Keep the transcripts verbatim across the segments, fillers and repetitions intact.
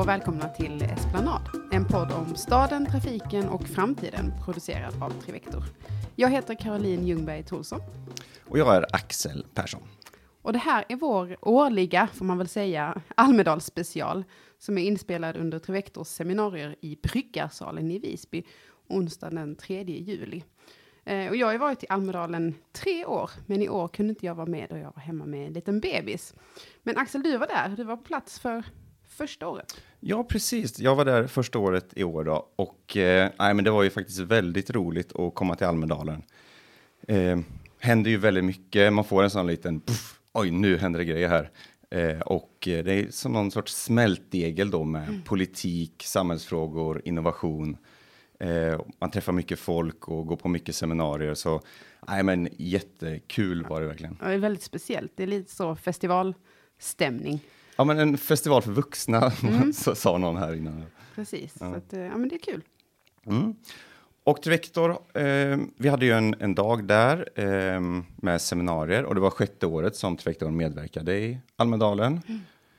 och välkomna till Esplanad, en podd om staden, trafiken och framtiden producerad av Trivector. Jag heter Caroline Ljungberg Tolsson. Och jag är Axel Persson. Och det här är vår årliga, får man väl säga, Almedalsspecial som är inspelad under Trivectors seminarier i Bryggarsalen i Visby onsdag den tredje juli. Eh, och jag har varit i Almedalen tre år, men i år kunde inte jag vara med och jag var hemma med en liten bebis. Men Axel, du var där, du var på plats för första året. Ja, precis. Jag var där första året i år då. Och eh, nej, men det var ju faktiskt väldigt roligt att komma till Almedalen. Eh, händer ju väldigt mycket. Man får en sån liten, puff, oj nu händer det grejer här. Eh, och eh, det är som någon sorts smältdegel då med mm. politik, samhällsfrågor, innovation. Eh, man träffar mycket folk och går på mycket seminarier. Så nej, men jättekul var det verkligen. Ja, det är väldigt speciellt. Det är lite så festivalstämning. Ja, men en festival för vuxna, mm. så sa någon här innan. Precis, ja. Så att, ja, men det är kul. Mm. Och Trivector, eh, vi hade ju en, en dag där eh, med seminarier. Och det var sjätte året som Trivector medverkade i Almedalen. Mm.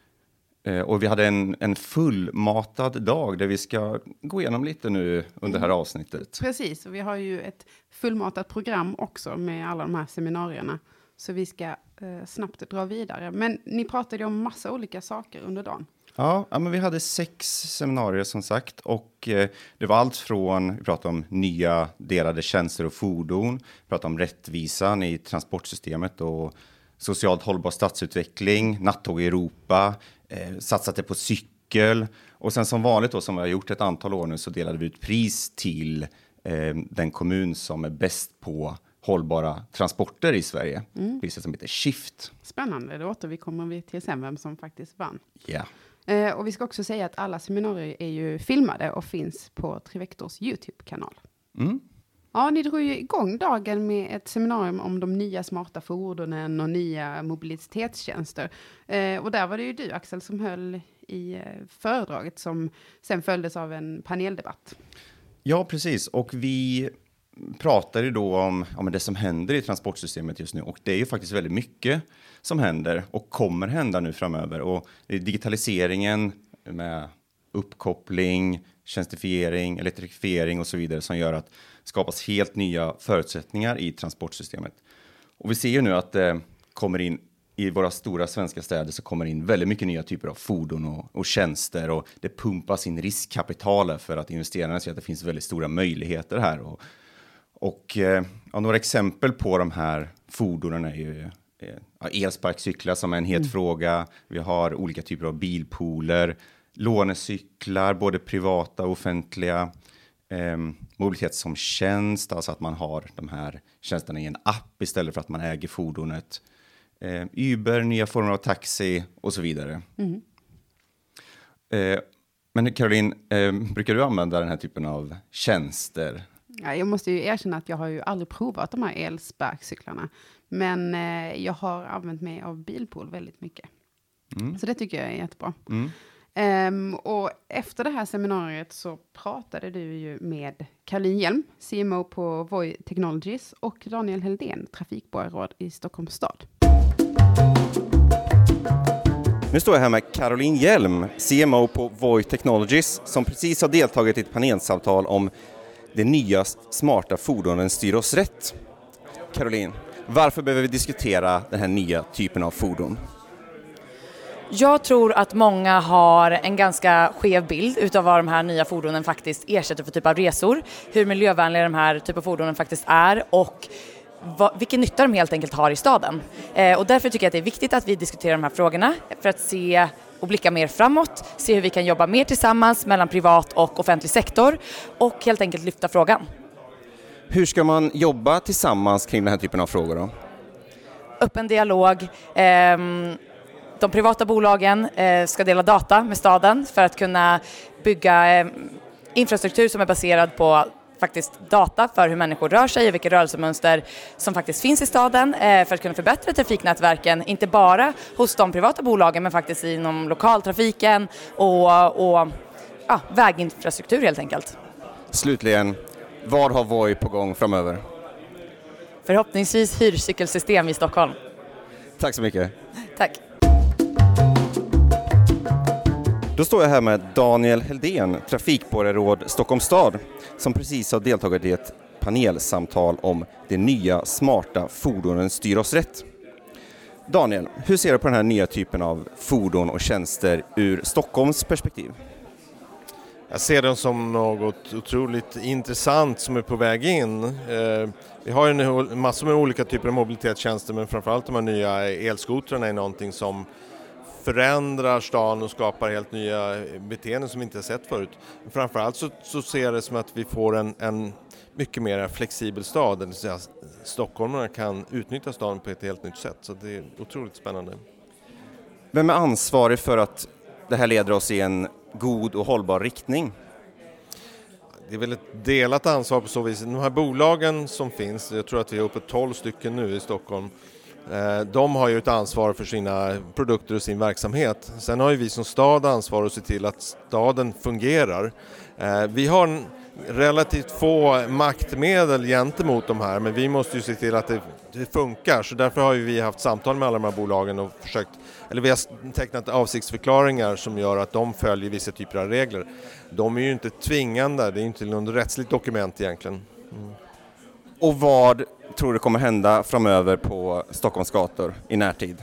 Eh, och vi hade en, en fullmatad dag där vi ska gå igenom lite nu under det här avsnittet. Precis, och vi har ju ett fullmatat program också med alla de här seminarierna. Så vi ska eh, snabbt dra vidare. Men ni pratade om massa olika saker under dagen. Ja, ja men vi hade sex seminarier som sagt. Och eh, det var allt från, vi pratade om nya delade tjänster och fordon. Vi pratade om rättvisan i transportsystemet och socialt hållbar stadsutveckling. Nattåg i Europa, eh, satsade på cykel. Och sen som vanligt då, som vi har gjort ett antal år nu, så delade vi ut pris till eh, den kommun som är bäst på hållbara transporter i Sverige. Mm. Priset som heter Shift. Spännande, då återkommer vi till sen vem som faktiskt vann. Ja. Eh, och vi ska också säga att alla seminarier är ju filmade och finns på Trivectors YouTube-kanal. Mm. Ja, ni drog ju igång dagen med ett seminarium om de nya smarta fordonen och nya mobilitetstjänster. Eh, och där var det ju du, Axel, som höll i eh, föredraget som sen följdes av en paneldebatt. Ja, precis. Och vi pratar ju då om, om det som händer i transportsystemet just nu. Och det är ju faktiskt väldigt mycket som händer och kommer hända nu framöver. Och digitaliseringen med uppkoppling, tjänstifiering, elektrifiering och så vidare som gör att det skapas helt nya förutsättningar i transportsystemet. Och vi ser ju nu att det kommer in i våra stora svenska städer, så kommer in väldigt mycket nya typer av fordon och, och tjänster, och det pumpas in riskkapital för att investerarna ser att det finns väldigt stora möjligheter här. Och, och eh, ja, några exempel på de här fordonen är ju eh, elsparkcyklar som är en het mm. fråga. Vi har olika typer av bilpooler, lånecyklar, både privata och offentliga. Eh, mobilitet som tjänst, alltså att man har de här tjänsterna i en app istället för att man äger fordonet. Eh, Uber, nya former av taxi och så vidare. Mm. Eh, men Caroline, eh, brukar du använda den här typen av tjänster? Ja, jag måste ju erkänna att jag har ju aldrig provat de här elsparkcyklarna. Men eh, jag har använt mig av bilpool väldigt mycket. Mm. Så det tycker jag är jättebra. Mm. Um, och efter det här seminariet så pratade du ju med Caroline Hjelm, C M O på Voi Technologies, och Daniel Heldén, trafikborgarråd i Stockholms stad. Nu står jag här med Caroline Hjelm, C M O på Voi Technologies, som precis har deltagit i ett panelsamtal om det nya smarta fordonen styr oss rätt. Caroline, varför behöver vi diskutera den här nya typen av fordon? Jag tror att många har en ganska skev bild utav vad de här nya fordonen faktiskt ersätter för typ av resor, hur miljövänliga de här typ av fordonen faktiskt är och vad, vilken nytta de helt enkelt har i staden. Eh, och därför tycker jag att det är viktigt att vi diskuterar de här frågorna för att se och blicka mer framåt, se hur vi kan jobba mer tillsammans mellan privat och offentlig sektor och helt enkelt lyfta frågan. Hur ska man jobba tillsammans kring den här typen av frågor då? Öppen dialog. Ehm, De privata bolagen eh, ska dela data med staden för att kunna bygga eh, infrastruktur som är baserad på faktiskt data för hur människor rör sig och vilka rörelsemönster som faktiskt finns i staden eh, för att kunna förbättra trafiknätverken, inte bara hos de privata bolagen men faktiskt inom lokaltrafiken och, och ja, väginfrastruktur helt enkelt. Slutligen, vad har Voi på gång framöver? Förhoppningsvis hyrcykelsystem i Stockholm. Tack så mycket. Tack. Då står jag här med Daniel Heldén, trafikborgarråd Stockholms stad, som precis har deltagit i ett panelsamtal om de nya smarta fordonen styr oss rätt. Daniel, hur ser du på den här nya typen av fordon och tjänster ur Stockholms perspektiv? Jag ser den som något otroligt intressant som är på väg in. Eh, vi har ju en massor med olika typer av mobilitetstjänster, men framförallt de här nya elskotrarna är någonting som förändrar stan och skapar helt nya beteenden som vi inte har sett förut. Men framförallt så, så ser jag det som att vi får en, en mycket mer flexibel stad, det vill säga stockholmarna kan utnyttja staden på ett helt nytt sätt, så det är otroligt spännande. Vem är ansvarig för att det här leder oss i en god och hållbar riktning? Det är väl ett delat ansvar på så vis. De här bolagen som finns, jag tror att vi är uppe tolv stycken nu i Stockholm, de har ju ett ansvar för sina produkter och sin verksamhet. Sen har ju vi som stad ansvar att se till att staden fungerar. Vi har en relativt få maktmedel gentemot de här, men vi måste ju se till att det, det funkar. Så därför har ju vi haft samtal med alla de här bolagen och försökt, eller vi har tecknat avsiktsförklaringar som gör att de följer vissa typer av regler. De är ju inte tvingande, det är inte något rättsligt dokument egentligen. Mm. Och vad tror du kommer hända framöver på Stockholms gator i närtid?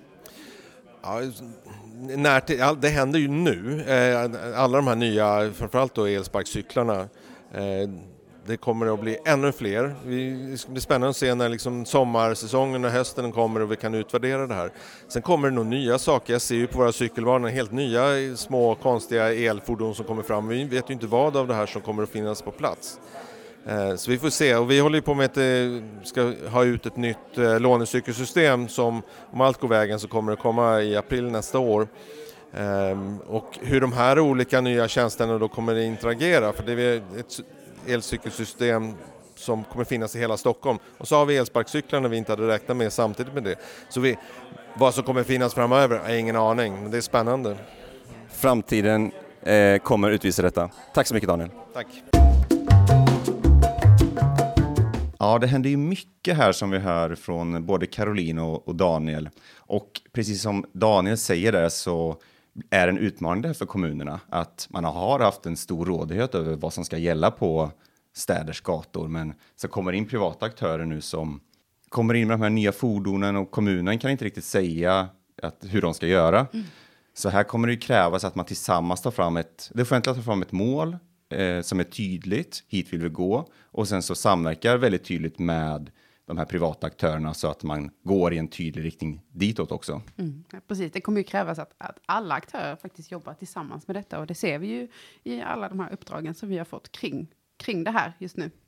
Ja, närtid, det händer ju nu. Alla de här nya, framförallt då elsparkcyklarna, det kommer att bli ännu fler. Det ska bli spännande att se när liksom sommarsäsongen och hösten kommer och vi kan utvärdera det här. Sen kommer det nog nya saker. Jag ser ju på våra cykelbanor helt nya små konstiga elfordon som kommer fram. Vi vet ju inte vad av det här som kommer att finnas på plats. Så vi får se, och vi håller på med att ska ha ut ett nytt lånecykelsystem som, om allt går vägen, så kommer det komma i april nästa år. Och hur de här olika nya tjänsterna då kommer att interagera, för det är ett elcykelsystem som kommer finnas i hela Stockholm. Och så har vi elsparkcyklarna vi inte hade räknat med samtidigt med det. Så vi, vad som kommer finnas framöver är ingen aning, men det är spännande. Framtiden eh, kommer utvisa detta. Tack så mycket, Daniel. Tack. Ja, det händer ju mycket här som vi hör från både Caroline och, och Daniel. Och precis som Daniel säger där, så är en utmaning där för kommunerna att man har haft en stor rådighet över vad som ska gälla på städers gator. Men så kommer in privata aktörer nu som kommer in med de här nya fordonen, och kommunen kan inte riktigt säga att, hur de ska göra. Mm. Så här kommer det ju krävas att man tillsammans tar fram ett, det offentliga tar fram ett mål eh, som är tydligt, hit vill vi gå. Och sen så samverkar väldigt tydligt med de här privata aktörerna så att man går i en tydlig riktning ditåt också. Mm, ja, precis, det kommer ju krävas att, att alla aktörer faktiskt jobbar tillsammans med detta, och det ser vi ju i alla de här uppdragen som vi har fått kring, kring det här just nu.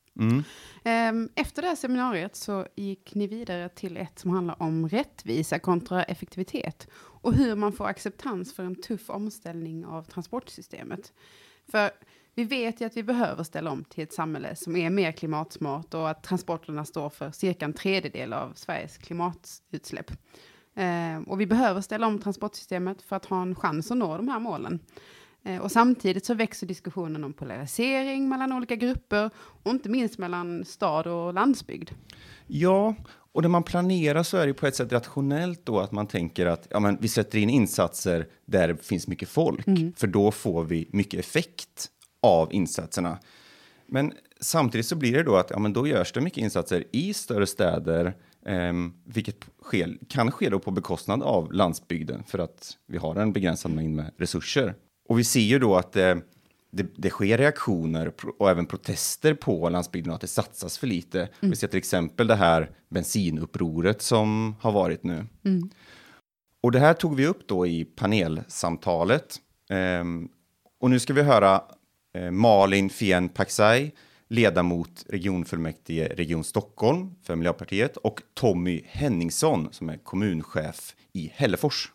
Mm. Efter det här seminariet så gick ni vidare till ett som handlar om rättvisa kontra effektivitet och hur man får acceptans för en tuff omställning av transportsystemet. För vi vet ju att vi behöver ställa om till ett samhälle som är mer klimatsmart, och att transporterna står för cirka en tredjedel av Sveriges klimatutsläpp. Eh, och vi behöver ställa om transportsystemet för att ha en chans att nå de här målen. Eh, och samtidigt så växer diskussionen om polarisering mellan olika grupper, och inte minst mellan stad och landsbygd. Ja, och när man planerar så är det på ett sätt rationellt då att man tänker att ja, men vi sätter in insatser där det finns mycket folk. Mm. För då får vi mycket effekt av insatserna. Men samtidigt så blir det då att ja, men då görs det mycket insatser i större städer, eh, vilket sker, kan ske då på bekostnad av landsbygden för att vi har en begränsad mängd med resurser. Och vi ser ju då att eh, det, det sker reaktioner och även protester på landsbygden och att det satsas för lite. Mm. Vi ser till exempel det här bensinupproret som har varit nu. Mm. Och det här tog vi upp då i panelsamtalet. Eh, och nu ska vi höra Malin Fien Paxay, ledamot regionfullmäktige Region Stockholm för Miljöpartiet, och Tommy Henningsson som är kommunchef i Hällefors.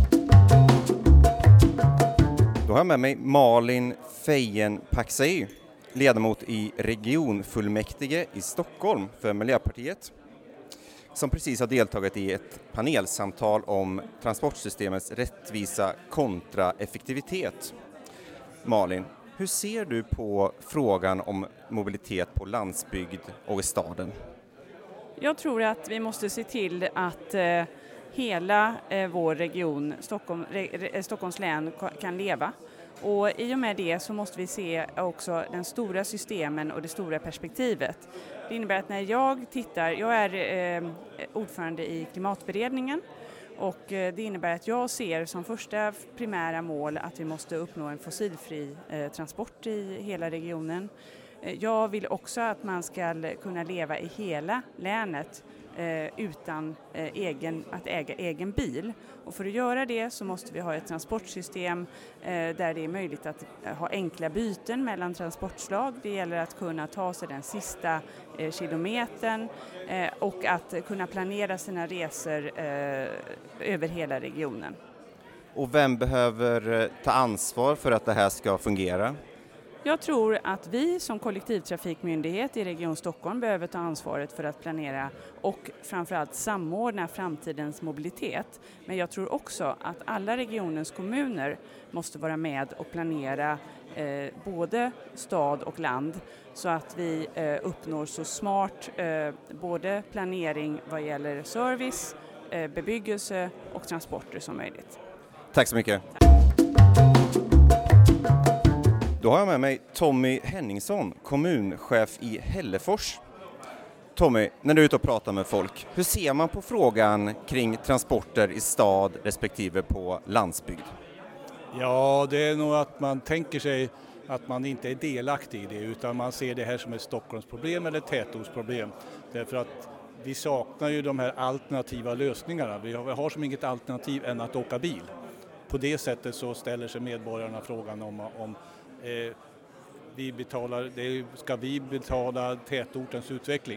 Då har jag med mig Malin Fien Paxay, ledamot i regionfullmäktige i Stockholm för Miljöpartiet, som precis har deltagit i ett panelsamtal om transportsystemets rättvisa kontra effektivitet. Malin, hur ser du på frågan om mobilitet på landsbygd och i staden? Jag tror att vi måste se till att eh, hela eh, vår region, Stockholm, re, Stockholms län, kan leva. Och i och med det så måste vi se också den stora systemen och det stora perspektivet. Det innebär att när jag tittar, jag är eh, ordförande i klimatberedningen, och eh, det innebär att jag ser som första primära mål att vi måste uppnå en fossilfri eh, transport i hela regionen. Eh, jag vill också att man ska kunna leva i hela länet Eh, utan eh, egen, att äga egen bil. Och för att göra det så måste vi ha ett transportsystem eh, där det är möjligt att eh, ha enkla byten mellan transportslag. Det gäller att kunna ta sig den sista eh, kilometern eh, och att kunna planera sina resor eh, över hela regionen. Och vem behöver ta ansvar för att det här ska fungera? Jag tror att vi som kollektivtrafikmyndighet i Region Stockholm behöver ta ansvaret för att planera och framförallt samordna framtidens mobilitet. Men jag tror också att alla regionens kommuner måste vara med och planera eh, både stad och land, så att vi eh, uppnår så smart eh, både planering vad gäller service, eh, bebyggelse och transporter som möjligt. Tack så mycket. Då har jag med mig Tommy Henningsson, kommunchef i Hällefors. Tommy, när du är ute och pratar med folk, hur ser man på frågan kring transporter i stad respektive på landsbygd? Ja, det är nog att man tänker sig att man inte är delaktig i det, utan man ser det här som ett Stockholmsproblem eller tätortsproblem. Därför att vi saknar ju de här alternativa lösningarna. Vi har, vi har som inget alternativ än att åka bil. På det sättet så ställer sig medborgarna frågan om, om eh, vi betalar, det, ska vi betala tätortens utveckling?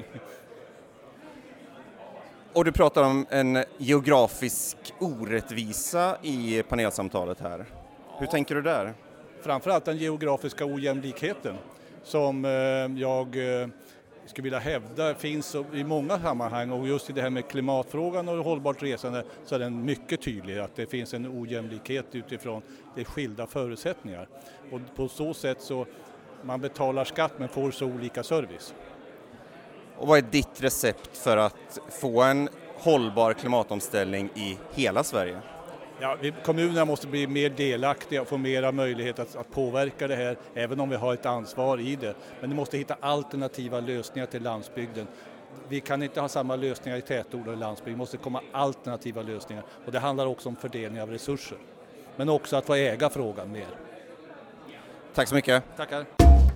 Och du pratar om en geografisk orättvisa i panelsamtalet här. Hur tänker du där? Framförallt den geografiska ojämlikheten som eh, jag eh, skulle vilja hävda finns i många sammanhang, och just i det här med klimatfrågan och hållbart resande så är den mycket tydlig att det finns en ojämlikhet utifrån de skilda förutsättningar. Och på så sätt så man betalar skatt men får så olika service. Och vad är ditt recept för att få en hållbar klimatomställning i hela Sverige? Ja, vi, kommunerna måste bli mer delaktiga och få mera möjlighet att, att påverka det här, även om vi har ett ansvar i det. Men vi måste hitta alternativa lösningar till landsbygden. Vi kan inte ha samma lösningar i tätorter och landsbygd. Det måste komma alternativa lösningar. Och det handlar också om fördelning av resurser. Men också att få äga frågan mer. Tack så mycket. Tackar.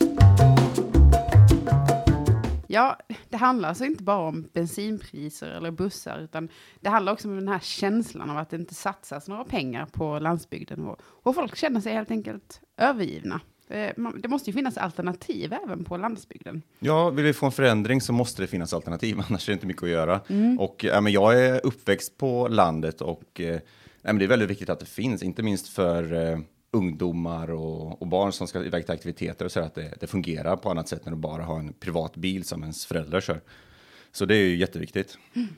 Ja, det handlar alltså inte bara om bensinpriser eller bussar, utan det handlar också om den här känslan av att det inte satsas några pengar på landsbygden, och, och folk känner sig helt enkelt övergivna. Det måste ju finnas alternativ även på landsbygden. Ja, vill vi få en förändring så måste det finnas alternativ, annars är det inte mycket att göra. Mm. Och ja, men jag är uppväxt på landet, och eh, ja, men det är väldigt viktigt att det finns, inte minst för eh, ungdomar och, och barn som ska iväg till aktiviteter, och så att det, det fungerar på annat sätt än att bara ha en privat bil som ens föräldrar kör. Så det är ju jätteviktigt. Mm.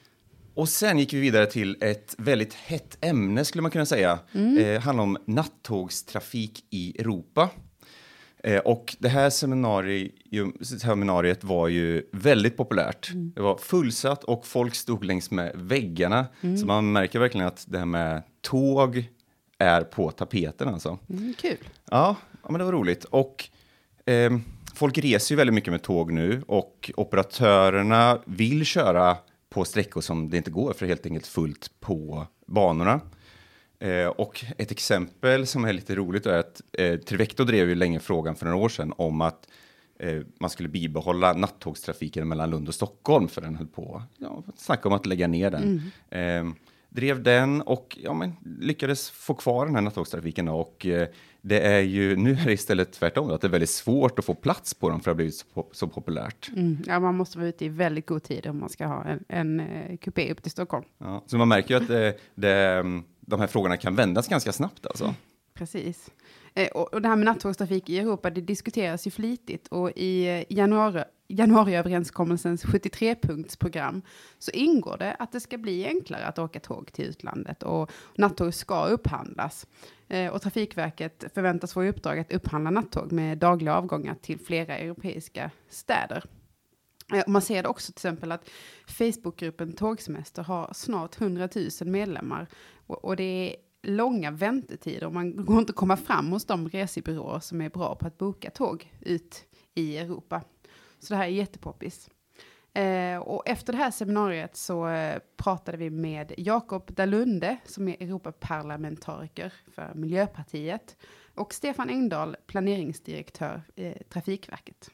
Och sen gick vi vidare till ett väldigt hett ämne, skulle man kunna säga. Mm. Eh, handlar om nattågstrafik i Europa. Eh, och det här seminarium, seminariet var ju väldigt populärt. Mm. Det var fullsatt och folk stod längs med väggarna. Mm. Så man märker verkligen att det här med tåg är på tapeten alltså. Mm, kul. Ja, ja, men det var roligt. Och eh, folk reser ju väldigt mycket med tåg nu, och operatörerna vill köra på sträckor som det inte går för helt enkelt fullt på banorna. Eh, och ett exempel som är lite roligt är att eh, Trivecto drev ju länge frågan för några år sedan om att eh, man skulle bibehålla nattågstrafiken mellan Lund och Stockholm, för den höll på ja, snacka om att lägga ner den. Mm. Eh, drev den och ja, men, lyckades få kvar den här nattågstrafiken, och eh, det är ju nu är det istället tvärtom, att det är väldigt svårt att få plats på dem för att det har blivit så, så populärt. Mm. Ja, man måste vara ute i väldigt god tid om man ska ha en, en uh, kupé upp till Stockholm. Ja, så man märker ju att det, det, de här frågorna kan vändas ganska snabbt alltså. Mm. Precis. Eh, och, och det här med nattågstrafik i Europa, det diskuteras ju flitigt, och i januari januariöverenskommelsens sjuttiotre-punktsprogram så ingår det att det ska bli enklare att åka tåg till utlandet, och nattåg ska upphandlas. Eh, och Trafikverket förväntas få i uppdrag att upphandla nattåg med dagliga avgångar till flera europeiska städer. Man ser det också till exempel att Facebookgruppen Tågsemester har snart hundratusen medlemmar. Och, och det är långa väntetider. Man går inte att komma fram hos de resebyråer som är bra på att boka tåg ut i Europa. Så det här är jättepoppis. Eh, och efter det här seminariet så eh, pratade vi med Jakob Dalunde som är Europaparlamentariker för Miljöpartiet. Och Stefan Engdahl, planeringsdirektör i Trafikverket.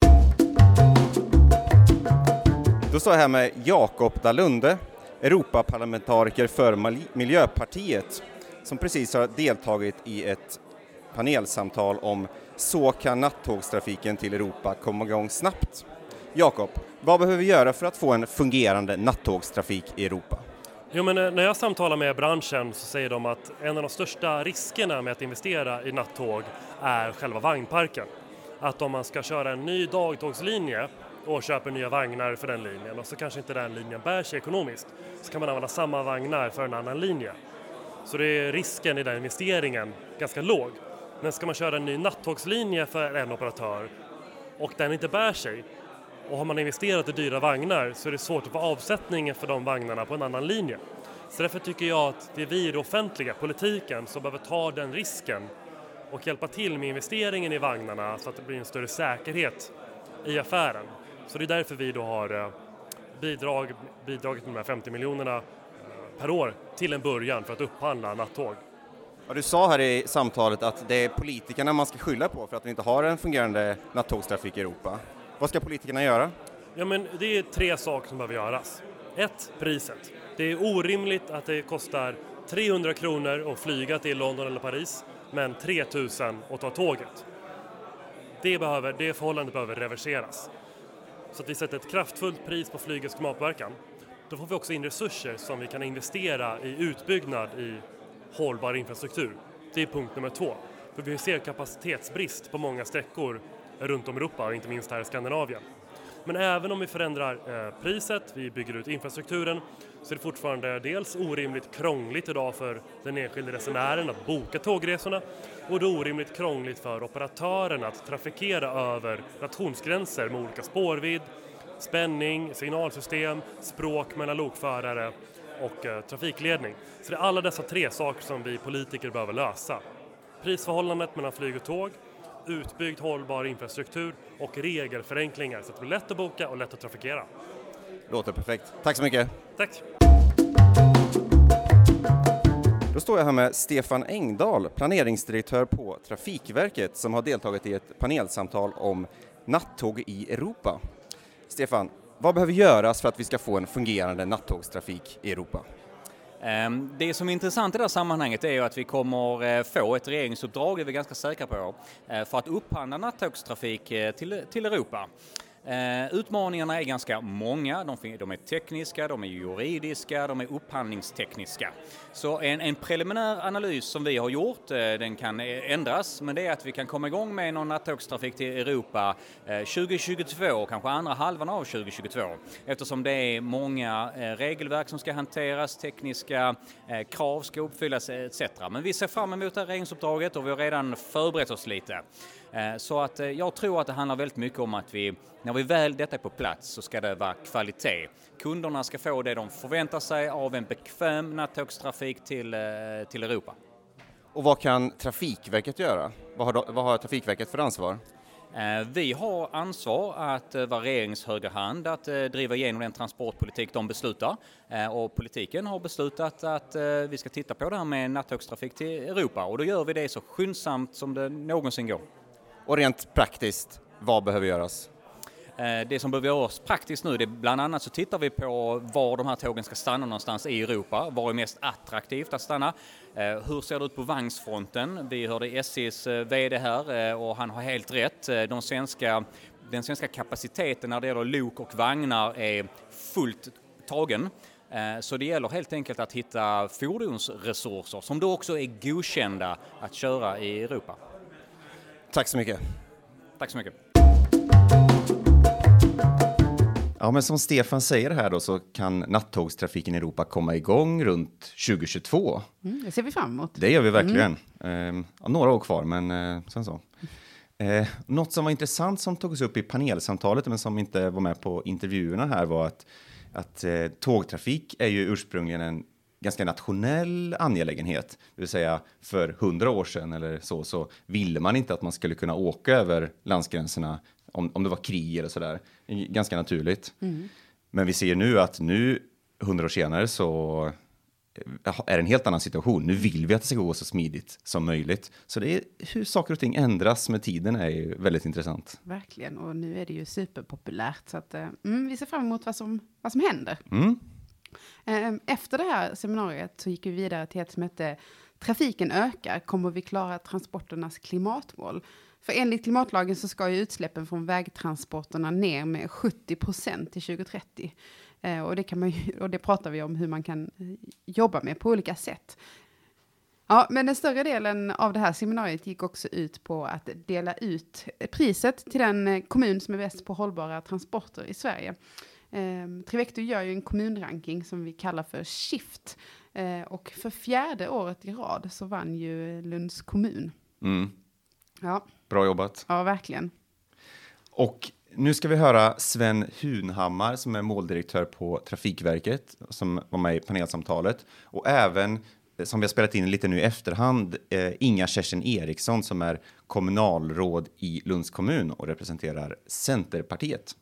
Då står jag här med Jakob Dalunde, Europaparlamentariker för Miljöpartiet, som precis har deltagit i ett panelsamtal om så kan nattågstrafiken till Europa komma igång snabbt. Jakob, vad behöver vi göra för att få en fungerande nattågstrafik i Europa? Jo, men när jag samtalar med branschen så säger de att en av de största riskerna med att investera i nattåg är själva vagnparken. Att om man ska köra en ny dagtågslinje och köper nya vagnar för den linjen och så kanske inte den linjen bär sig ekonomiskt, så kan man använda samma vagnar för en annan linje. Så det är risken i den investeringen ganska låg. Men ska man köra en ny nattågslinje för en operatör och den inte bär sig, och har man investerat i dyra vagnar så är det svårt att få avsättning för de vagnarna på en annan linje. Så därför tycker jag att det är vi i det offentliga, politiken, som behöver ta den risken och hjälpa till med investeringen i vagnarna så att det blir en större säkerhet i affären. Så det är därför vi då har bidrag, bidragit med de här femtio miljonerna per år till en början för att upphandla nattåg. Ja, du sa här i samtalet att det är politikerna man ska skylla på för att vi inte har en fungerande nattågstrafik i Europa. Vad ska politikerna göra? Ja, men det är tre saker som behöver göras. Ett, priset. Det är orimligt att det kostar trehundra kronor att flyga till London eller Paris, men tre tusen att ta tåget. Det, behöver, det förhållandet behöver reverseras. Så att vi sätter ett kraftfullt pris på flygets klimatpåverkan. Då får vi också in resurser som vi kan investera i utbyggnad i hållbar infrastruktur. Det är punkt nummer två. För vi ser kapacitetsbrist på många sträckor runt om Europa och inte minst här i Skandinavien. Men även om vi förändrar eh, priset, vi bygger ut infrastrukturen, så är det fortfarande dels orimligt krångligt idag för den enskilde resenären att boka tågresorna, och det är orimligt krångligt för operatören att trafikera över nationsgränser med olika spårvidd, spänning, signalsystem, språk mellan lokförare och eh, trafikledning. Så det är alla dessa tre saker som vi politiker behöver lösa. Prisförhållandet mellan flyg och tåg, utbyggd hållbar infrastruktur och regelförenklingar så att det blir lätt att boka och lätt att trafikera. Låter perfekt. Tack så mycket. Tack. Då står jag här med Stefan Engdahl, planeringsdirektör på Trafikverket, som har deltagit i ett panelsamtal om nattåg i Europa. Stefan, vad behöver göras för att vi ska få en fungerande nattågstrafik i Europa? Det som är intressant i det här sammanhanget är ju att vi kommer få ett regeringsuppdrag, det är vi ganska säkra på, för att upphandla nattågstrafik till, till Europa. Eh, utmaningarna är ganska många, de, de är tekniska, de är juridiska, de är upphandlingstekniska. Så en, en preliminär analys som vi har gjort, eh, den kan ändras, men det är att vi kan komma igång med någon nattågstrafik till Europa eh, tjugo tjugotvå, kanske andra halvan av tjugo tjugotvå. Eftersom det är många eh, regelverk som ska hanteras, tekniska eh, krav ska uppfyllas et cetera. Men vi ser fram emot det här regeringsuppdraget och vi har redan förberett oss lite. Så att jag tror att det handlar väldigt mycket om att vi, när vi väl detta är på plats, så ska det vara kvalitet. Kunderna ska få det de förväntar sig av en bekväm nattågstrafik till, till Europa. Och vad kan Trafikverket göra? Vad har, vad har Trafikverket för ansvar? Vi har ansvar att vara regeringens högra hand, att driva igenom den transportpolitik de beslutar. Och politiken har beslutat att vi ska titta på det här med nattågstrafik till Europa. Och då gör vi det så skyndsamt som det någonsin går. Och rent praktiskt, vad behöver göras? Det som behöver göras praktiskt nu, det är bland annat så tittar vi på var de här tågen ska stanna någonstans i Europa. Var är mest attraktivt att stanna? Hur ser det ut på vagnsfronten? Vi hörde S J:s vd här och han har helt rätt. De svenska, den svenska kapaciteten när det gäller lok och vagnar är fullt tagen. Så det gäller helt enkelt att hitta fordonsresurser som då också är godkända att köra i Europa. Tack så mycket. Tack så mycket. Ja, men som Stefan säger här då, så kan nattågstrafiken i Europa komma igång runt tjugo tjugotvå. Mm, det ser vi fram emot. Det gör vi verkligen. Mm. Eh, ja, några år kvar, men eh, sen så. Eh, något som var intressant som togs upp i panelsamtalet men som inte var med på intervjuerna här var att, att eh, tågtrafik är ju ursprungligen en ganska nationell angelägenhet. Det vill säga för hundra år sedan eller så så ville man inte att man skulle kunna åka över landsgränserna om, om det var krig eller sådär. Ganska naturligt. Mm. Men vi ser nu att nu hundra år senare så är det en helt annan situation. Nu vill vi att det ska gå så smidigt som möjligt. Så det är hur saker och ting ändras med tiden är ju väldigt intressant. Verkligen, och nu är det ju superpopulärt. Så att, mm, vi ser fram emot vad som, vad som händer. Mm. Efter det här seminariet så gick vi vidare till ett som hette Trafiken ökar, kommer vi klara transporternas klimatmål? För enligt klimatlagen så ska ju utsläppen från vägtransporterna ner med sjuttio procent till tjugo trettio. Eh, och, det kan man ju, och det pratar vi om hur man kan jobba med på olika sätt. Ja, men den större delen av det här seminariet gick också ut på att dela ut priset till den kommun som är bäst på hållbara transporter i Sverige. Eh, Trivector gör ju en kommunranking som vi kallar för Shift. Eh, och för fjärde året i rad så vann ju Lunds kommun. Mm. Ja. Bra jobbat. Ja, verkligen. Och nu ska vi höra Sven Hunhammar som är måldirektör på Trafikverket som var med i panelsamtalet. Och även, som vi har spelat in lite nu i efterhand, eh, Inga Kerstin Eriksson som är kommunalråd i Lunds kommun och representerar Centerpartiet.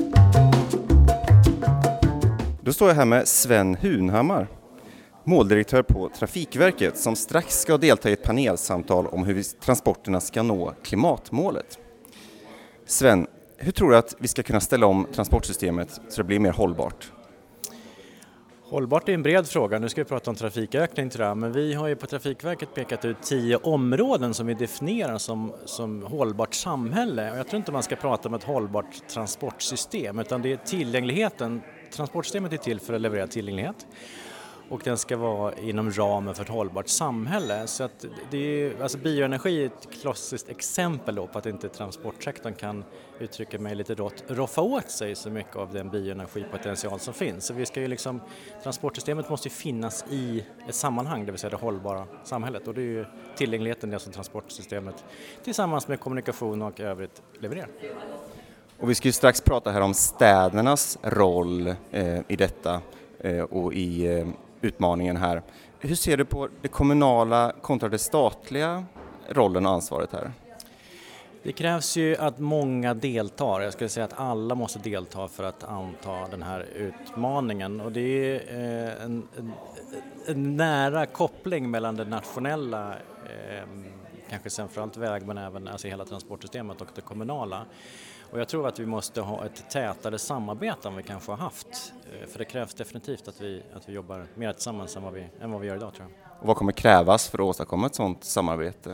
Då står jag här med Sven Hunhammar, måldirektör på Trafikverket som strax ska delta i ett panelsamtal om hur vi, transporterna ska nå klimatmålet. Sven, hur tror du att vi ska kunna ställa om transportsystemet så det blir mer hållbart? Hållbart är en bred fråga. Nu ska vi prata om trafikökning tror jag. Men vi har ju på Trafikverket pekat ut tio områden som vi definierar som, som hållbart samhälle. Och jag tror inte man ska prata om ett hållbart transportsystem utan det är tillgängligheten. Transportsystemet är till för att leverera tillgänglighet. Och den ska vara inom ramen för ett hållbart samhälle. Så att det är, alltså bioenergi är ett klassiskt exempel då på att inte transportsektorn kan, uttrycka mig lite rått, roffa åt sig så mycket av den bioenergipotential som finns. Så vi ska ju liksom, transportsystemet måste ju finnas i ett sammanhang, det vill säga det hållbara samhället. Och det är ju tillgängligheten det som transportsystemet tillsammans med kommunikation och övrigt levererar. Och vi ska ju strax prata här om städernas roll eh, i detta eh, och i eh, utmaningen här. Hur ser du på det kommunala kontra det statliga rollen och ansvaret här? Det krävs ju att många deltar. Jag skulle säga att alla måste delta för att anta den här utmaningen. Och det är eh, en, en, en nära koppling mellan det nationella, eh, kanske framförallt väg men även alltså hela transportsystemet och det kommunala. Och jag tror att vi måste ha ett tätare samarbete än vi kanske har haft. För det krävs definitivt att vi, att vi jobbar mer tillsammans än vad, vi, än vad vi gör idag tror jag. Och vad kommer krävas för att åstadkomma ett sådant samarbete?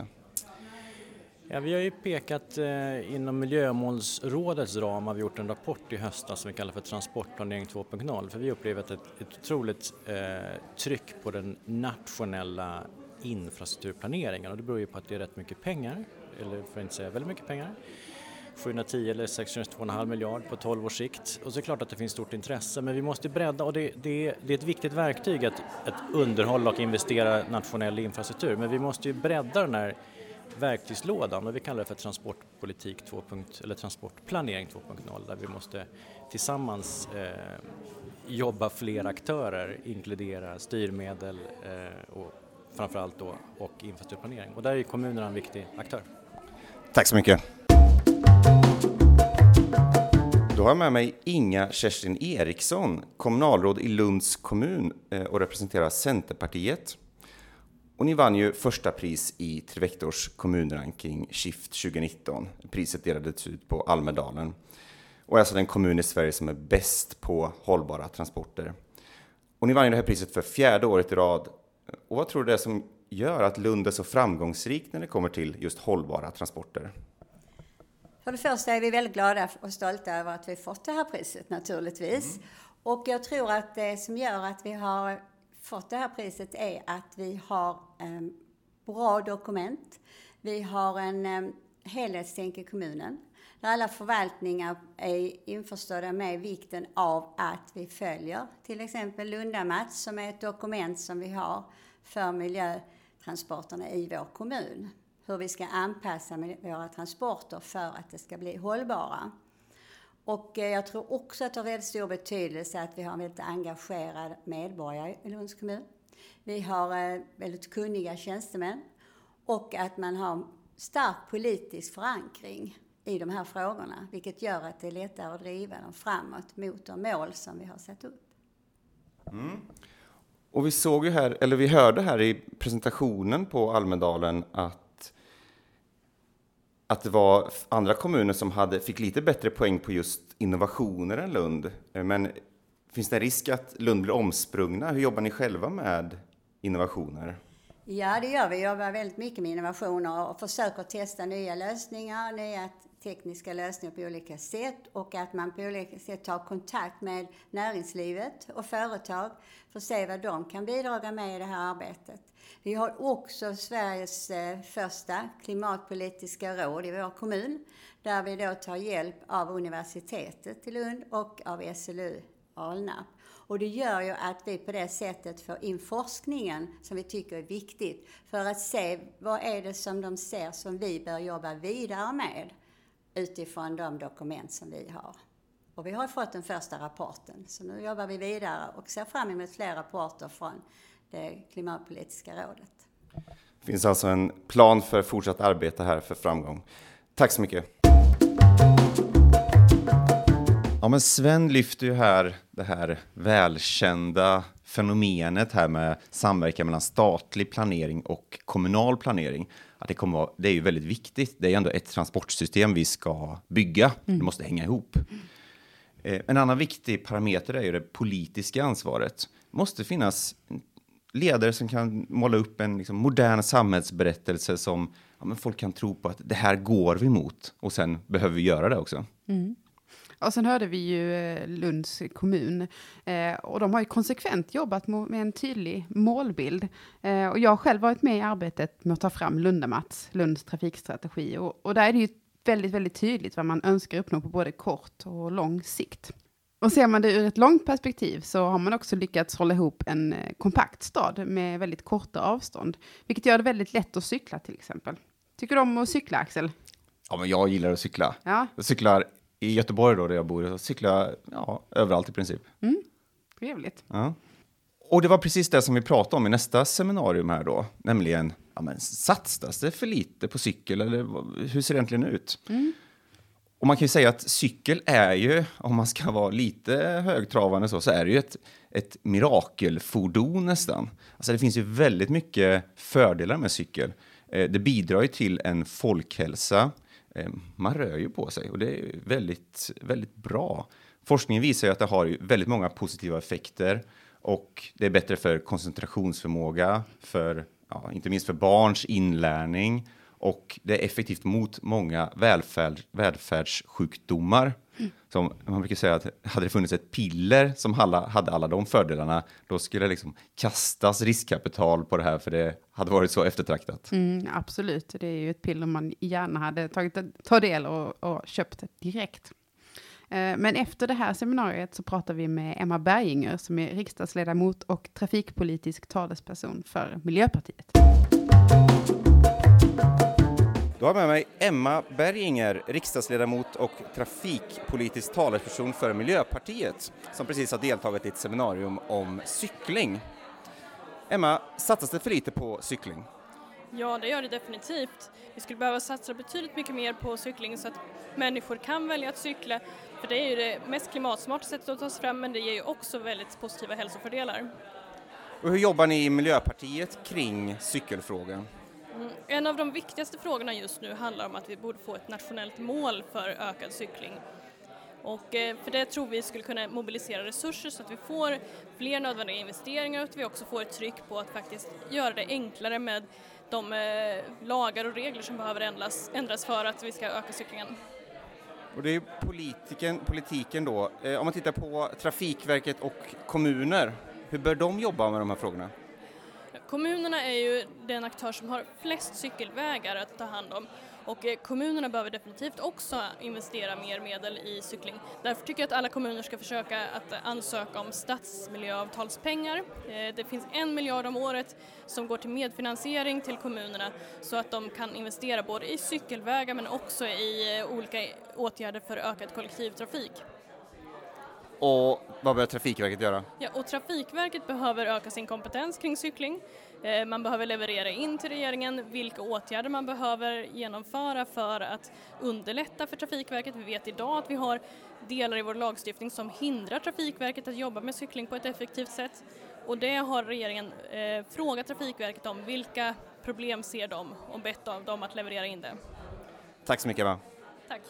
Ja, vi har ju pekat eh, inom Miljömålsrådets ram har vi gjort en rapport i höstas som vi kallar för Transportplanering två punkt noll. För vi upplever ett, ett otroligt eh, tryck på den nationella infrastrukturplaneringen. Och det beror ju på att det är rätt mycket pengar, eller för att inte säga väldigt mycket pengar. sjuhundratio eller sexhundratvå komma fem miljard på tolv års sikt. Och så är det klart att det finns stort intresse, men vi måste bredda och det, det, det är ett viktigt verktyg att, att underhålla och investera nationell infrastruktur. Men vi måste ju bredda den här verktygslådan och vi kallar det för transportpolitik två punkt noll eller transportplanering två punkt noll där vi måste tillsammans eh, jobba fler aktörer, inkludera styrmedel eh, och framförallt då och infrastrukturplanering. Och där är kommunerna en viktig aktör. Tack så mycket. Då har jag med mig Inga Kerstin Eriksson, kommunalråd i Lunds kommun och representerar Centerpartiet. Och ni vann ju första pris i Trivectors kommunranking Shift tjugonitton. Priset delades ut på Almedalen. Och är alltså den kommun i Sverige som är bäst på hållbara transporter. Och ni vann ju det här priset för fjärde året i rad. Och vad tror du det är som gör att Lund är så framgångsrikt när det kommer till just hållbara transporter? För det första är vi väldigt glada och stolta över att vi fått det här priset naturligtvis. Mm. Och jag tror att det som gör att vi har fått det här priset är att vi har en bra dokument. Vi har en um, helhetstänk i kommunen. Där alla förvaltningar är införstådda med vikten av att vi följer till exempel Lundamats som är ett dokument som vi har för miljötransporterna i vår kommun. hur vi ska anpassa med våra transporter för att det ska bli hållbara. Och jag tror också att det har väldigt stor betydelse att vi har en väldigt engagerad medborgare i Lunds kommun. Vi har väldigt kunniga tjänstemän och att man har stark politisk förankring i de här frågorna, vilket gör att det är lättare att driva dem framåt mot de mål som vi har satt upp. Mm. Och vi såg ju här, eller vi hörde här i presentationen på Almedalen att, att det var andra kommuner som hade, fick lite bättre poäng på just innovationer än Lund. Men finns det en risk att Lund blir omsprungna? Hur jobbar ni själva med innovationer? Ja, det gör vi. Vi jobbar väldigt mycket med innovationer och försöker testa nya lösningar, nya tekniska lösningar på olika sätt och att man på olika sätt tar kontakt med näringslivet och företag för att se vad de kan bidra med i det här arbetet. Vi har också Sveriges första klimatpolitiska råd i vår kommun där vi då tar hjälp av universitetet i Lund och av S L U Alnarp. Och det gör ju att vi på det sättet får in forskningen som vi tycker är viktigt för att se vad är det som de ser som vi bör jobba vidare med utifrån de dokument som vi har. Och vi har fått den första rapporten så nu jobbar vi vidare och ser fram emot fler rapporter från det klimatpolitiska rådet. Det finns alltså en plan för fortsatt arbete här för framgång. Tack så mycket. Ja, men Sven lyfter ju här det här välkända fenomenet här med samverkan mellan statlig planering och kommunal planering. Att det, kommer vara, det är ju väldigt viktigt. Det är ändå ett transportsystem vi ska bygga. Mm. Det måste hänga ihop. Eh, en annan viktig parameter är ju det politiska ansvaret. Det måste finnas ledare som kan måla upp en liksom, modern samhällsberättelse som ja, men folk kan tro på att det här går vi mot. Och sen behöver vi göra det också. Mm. Och sen hörde vi ju Lunds kommun eh, och de har ju konsekvent jobbat med en tydlig målbild. Eh, och jag har själv varit med i arbetet med att ta fram Lundamats, Lunds trafikstrategi. Och, och där är det ju väldigt, väldigt tydligt vad man önskar uppnå på både kort och lång sikt. Och ser man det ur ett långt perspektiv så har man också lyckats hålla ihop en kompakt stad med väldigt korta avstånd. Vilket gör det väldigt lätt att cykla till exempel. Tycker du om att cykla, Axel? Ja, men jag gillar att cykla. Ja. Jag cyklar i Göteborg då, där jag bor. Jag cyklar ja, överallt i princip. Mm. Trevligt. Ja. Och det var precis det som vi pratade om i nästa seminarium här då. Nämligen, ja, men satsas det för lite på cykel? Eller hur ser det egentligen ut? Mm. Och man kan ju säga att cykel är ju, om man ska vara lite högtravande så, så är det ju ett, ett mirakelfordon nästan. Alltså det finns ju väldigt mycket fördelar med cykel. Eh, det bidrar ju till en folkhälsa. Eh, man rör ju på sig och det är väldigt, väldigt bra. Forskningen visar ju att det har ju väldigt många positiva effekter. Och det är bättre för koncentrationsförmåga, för, ja, inte minst för barns inlärning. Och det är effektivt mot många välfärd, välfärdssjukdomar. Mm. Som man brukar säga att hade det funnits ett piller som alla, hade alla de fördelarna, då skulle det liksom kastas riskkapital på det här, för det hade varit så eftertraktat. Mm, absolut, det är ju ett piller man gärna hade tagit ta del och, och köpt direkt. Eh, men efter det här seminariet så pratar vi med Emma Berginger som är riksdagsledamot och trafikpolitisk talesperson för Miljöpartiet. Då har jag med mig Emma Berginger, riksdagsledamot och trafikpolitisk talesperson för Miljöpartiet, som precis har deltagit i ett seminarium om cykling. Emma, satsas det för lite på cykling? Ja, det gör det definitivt. Vi skulle behöva satsa betydligt mycket mer på cykling så att människor kan välja att cykla. För det är ju det mest klimatsmarta sättet att ta sig fram, men det ger ju också väldigt positiva hälsofördelar. Och hur jobbar ni i Miljöpartiet kring cykelfrågan? Mm. En av de viktigaste frågorna just nu handlar om att vi borde få ett nationellt mål för ökad cykling. Och eh, för det tror vi skulle kunna mobilisera resurser så att vi får fler nödvändiga investeringar och att vi också får ett tryck på att faktiskt göra det enklare med de eh, lagar och regler som behöver ändras, ändras för att vi ska öka cyklingen. Och det är politiken, politiken då. Eh, om man tittar på Trafikverket och kommuner, hur bör de jobba med de här frågorna? Kommunerna är ju den aktör som har flest cykelvägar att ta hand om. Och eh, kommunerna behöver definitivt också investera mer medel i cykling. Därför tycker jag att alla kommuner ska försöka att ansöka om stadsmiljöavtalspengar. Eh, det finns en miljard om året som går till medfinansiering till kommunerna så att de kan investera både i cykelvägar men också i eh, olika åtgärder för ökad kollektivtrafik. Och vad behöver Trafikverket göra? Ja, och Trafikverket behöver öka sin kompetens kring cykling. Eh, man behöver leverera in till regeringen vilka åtgärder man behöver genomföra för att underlätta för Trafikverket. Vi vet idag att vi har delar i vår lagstiftning som hindrar Trafikverket att jobba med cykling på ett effektivt sätt. Och det har regeringen eh, frågat Trafikverket om vilka problem ser de och bett av dem att leverera in det. Tack så mycket, Emma. Tack.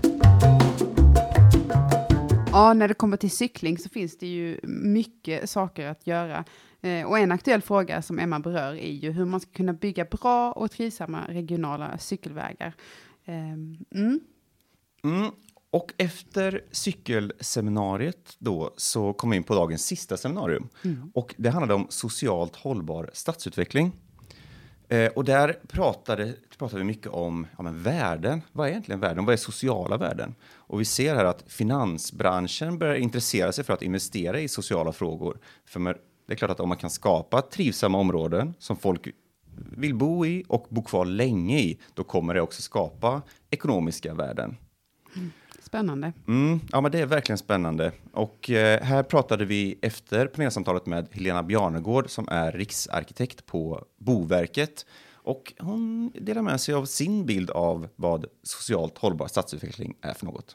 Ja, när det kommer till cykling så finns det ju mycket saker att göra. Eh, och en aktuell fråga som Emma berör är ju hur man ska kunna bygga bra och trivsamma regionala cykelvägar. Eh, mm. Mm. Och efter cykelseminariet då så kom vi in på dagens sista seminarium. Mm. Och det handlade om socialt hållbar stadsutveckling. Eh, och där pratade, pratade vi mycket om ja, men värden. Vad är egentligen värden? Vad är sociala värden? Och vi ser här att finansbranschen börjar intressera sig för att investera i sociala frågor. För med, det är klart att om man kan skapa trivsamma områden som folk vill bo i och bo kvar länge i, då kommer det också skapa ekonomiska värden. Mm. Spännande. Mm, ja, men det är verkligen spännande. Och eh, här pratade vi efter panelsamtalet med Helena Bjarnegård som är riksarkitekt på Boverket. Och hon delar med sig av sin bild av vad socialt hållbar stadsutveckling är för något.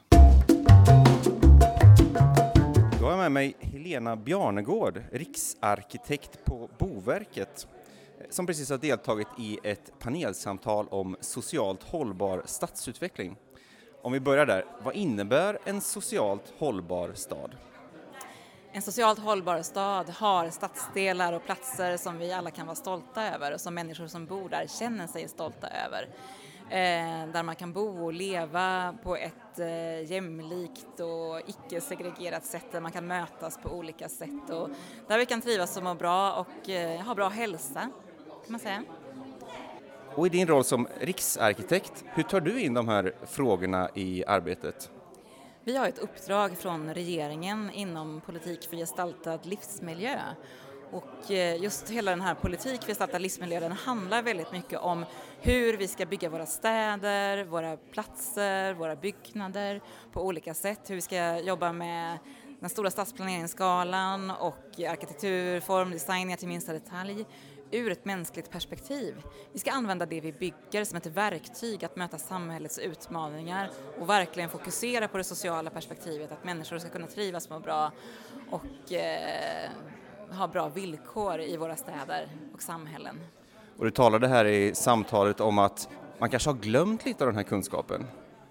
Då har jag med mig Helena Bjarnegård, riksarkitekt på Boverket, som precis har deltagit i ett panelsamtal om socialt hållbar stadsutveckling. Om vi börjar där, vad innebär en socialt hållbar stad? En socialt hållbar stad har stadsdelar och platser som vi alla kan vara stolta över och som människor som bor där känner sig stolta över. Eh, där man kan bo och leva på ett eh, jämlikt och icke-segregerat sätt, där man kan mötas på olika sätt och där vi kan trivas och må bra och eh, ha bra hälsa, kan man säga. Och i din roll som riksarkitekt, hur tar du in de här frågorna i arbetet? Vi har ett uppdrag från regeringen inom politik för gestaltad livsmiljö. Och just hela den här politik för gestaltad livsmiljö, den handlar väldigt mycket om hur vi ska bygga våra städer, våra platser, våra byggnader på olika sätt. Hur vi ska jobba med den stora stadsplaneringsskalan och arkitektur, formdesign ner till minsta detalj. Ur ett mänskligt perspektiv. Vi ska använda det vi bygger som ett verktyg att möta samhällets utmaningar och verkligen fokusera på det sociala perspektivet, att människor ska kunna trivas med bra och eh, ha bra villkor i våra städer och samhällen. Och du talade här i samtalet om att man kanske har glömt lite av den här kunskapen.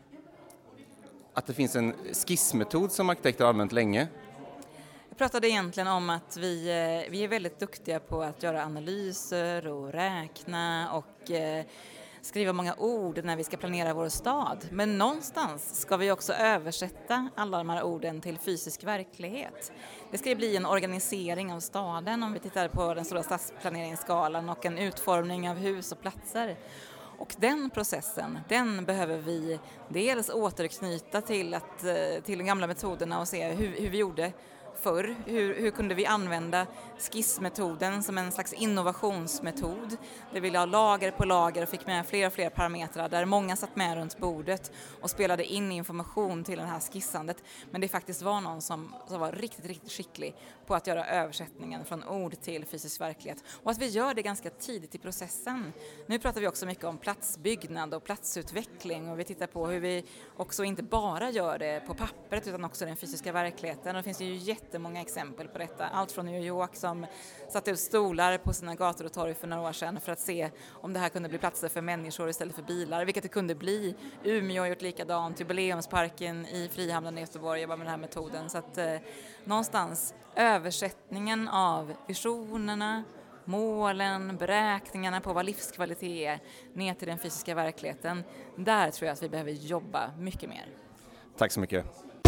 Att det finns en skissmetod som arkitekter har använt länge. Jag pratade egentligen om att vi, vi är väldigt duktiga på att göra analyser och räkna och eh, skriva många ord när vi ska planera vår stad. Men någonstans ska vi också översätta alla de här orden till fysisk verklighet. Det ska bli en organisering av staden om vi tittar på den stora stadsplaneringsskalan och en utformning av hus och platser. Och den processen, den behöver vi dels återknyta till, att, till de gamla metoderna och se hur, hur vi gjorde förr. Hur, hur kunde vi använda skissmetoden som en slags innovationsmetod där vi la lager på lager och fick med fler och fler parametrar där många satt med runt bordet och spelade in information till det här skissandet. Men det faktiskt var någon som, som var riktigt, riktigt skicklig på att göra översättningen från ord till fysisk verklighet. Och att vi gör det ganska tidigt i processen. Nu pratar vi också mycket om platsbyggnad och platsutveckling och vi tittar på hur vi också inte bara gör det på pappret utan också den fysiska verkligheten. Och det finns ju jättemånga exempel på detta. Allt från New York som satte ut stolar på sina gator och torg för några år sedan för att se om det här kunde bli platser för människor istället för bilar, vilket det kunde bli. Umeå har gjort likadant, Jubileumsparken i Frihamnen i Göteborg jobbar med den här metoden. Så att eh, någonstans översättningen av visionerna, målen, beräkningarna på vad livskvalitet är ner till den fysiska verkligheten. Där tror jag att vi behöver jobba mycket mer. Tack så mycket.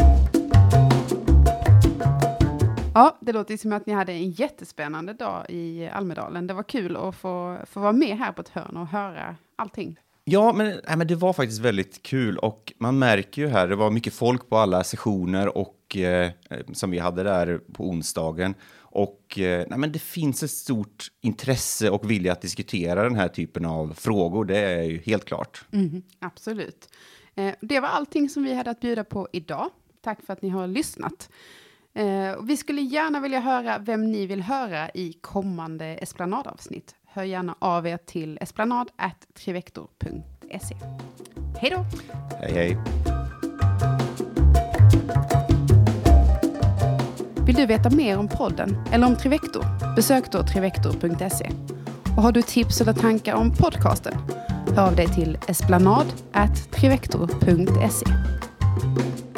Ja, det låter som att ni hade en jättespännande dag i Almedalen. Det var kul att få, få vara med här på ett hörn och höra allting. Ja, men, nej, men det var faktiskt väldigt kul och man märker ju här, det var mycket folk på alla sessioner och eh, som vi hade där på onsdagen. Och eh, nej, men det finns ett stort intresse och vilja att diskutera den här typen av frågor, det är ju helt klart. Mm, absolut. Eh, det var allting som vi hade att bjuda på idag. Tack för att ni har lyssnat. Eh, vi skulle gärna vilja höra vem ni vill höra i kommande Esplanadavsnitt. Hör gärna av er till esplanad at trivector punkt se. Hej då! Hej hej! Vill du veta mer om podden eller om Trivector? Besök då trivector punkt se. Och har du tips eller tankar om podcasten? Hör av dig till esplanad at trivector punkt se.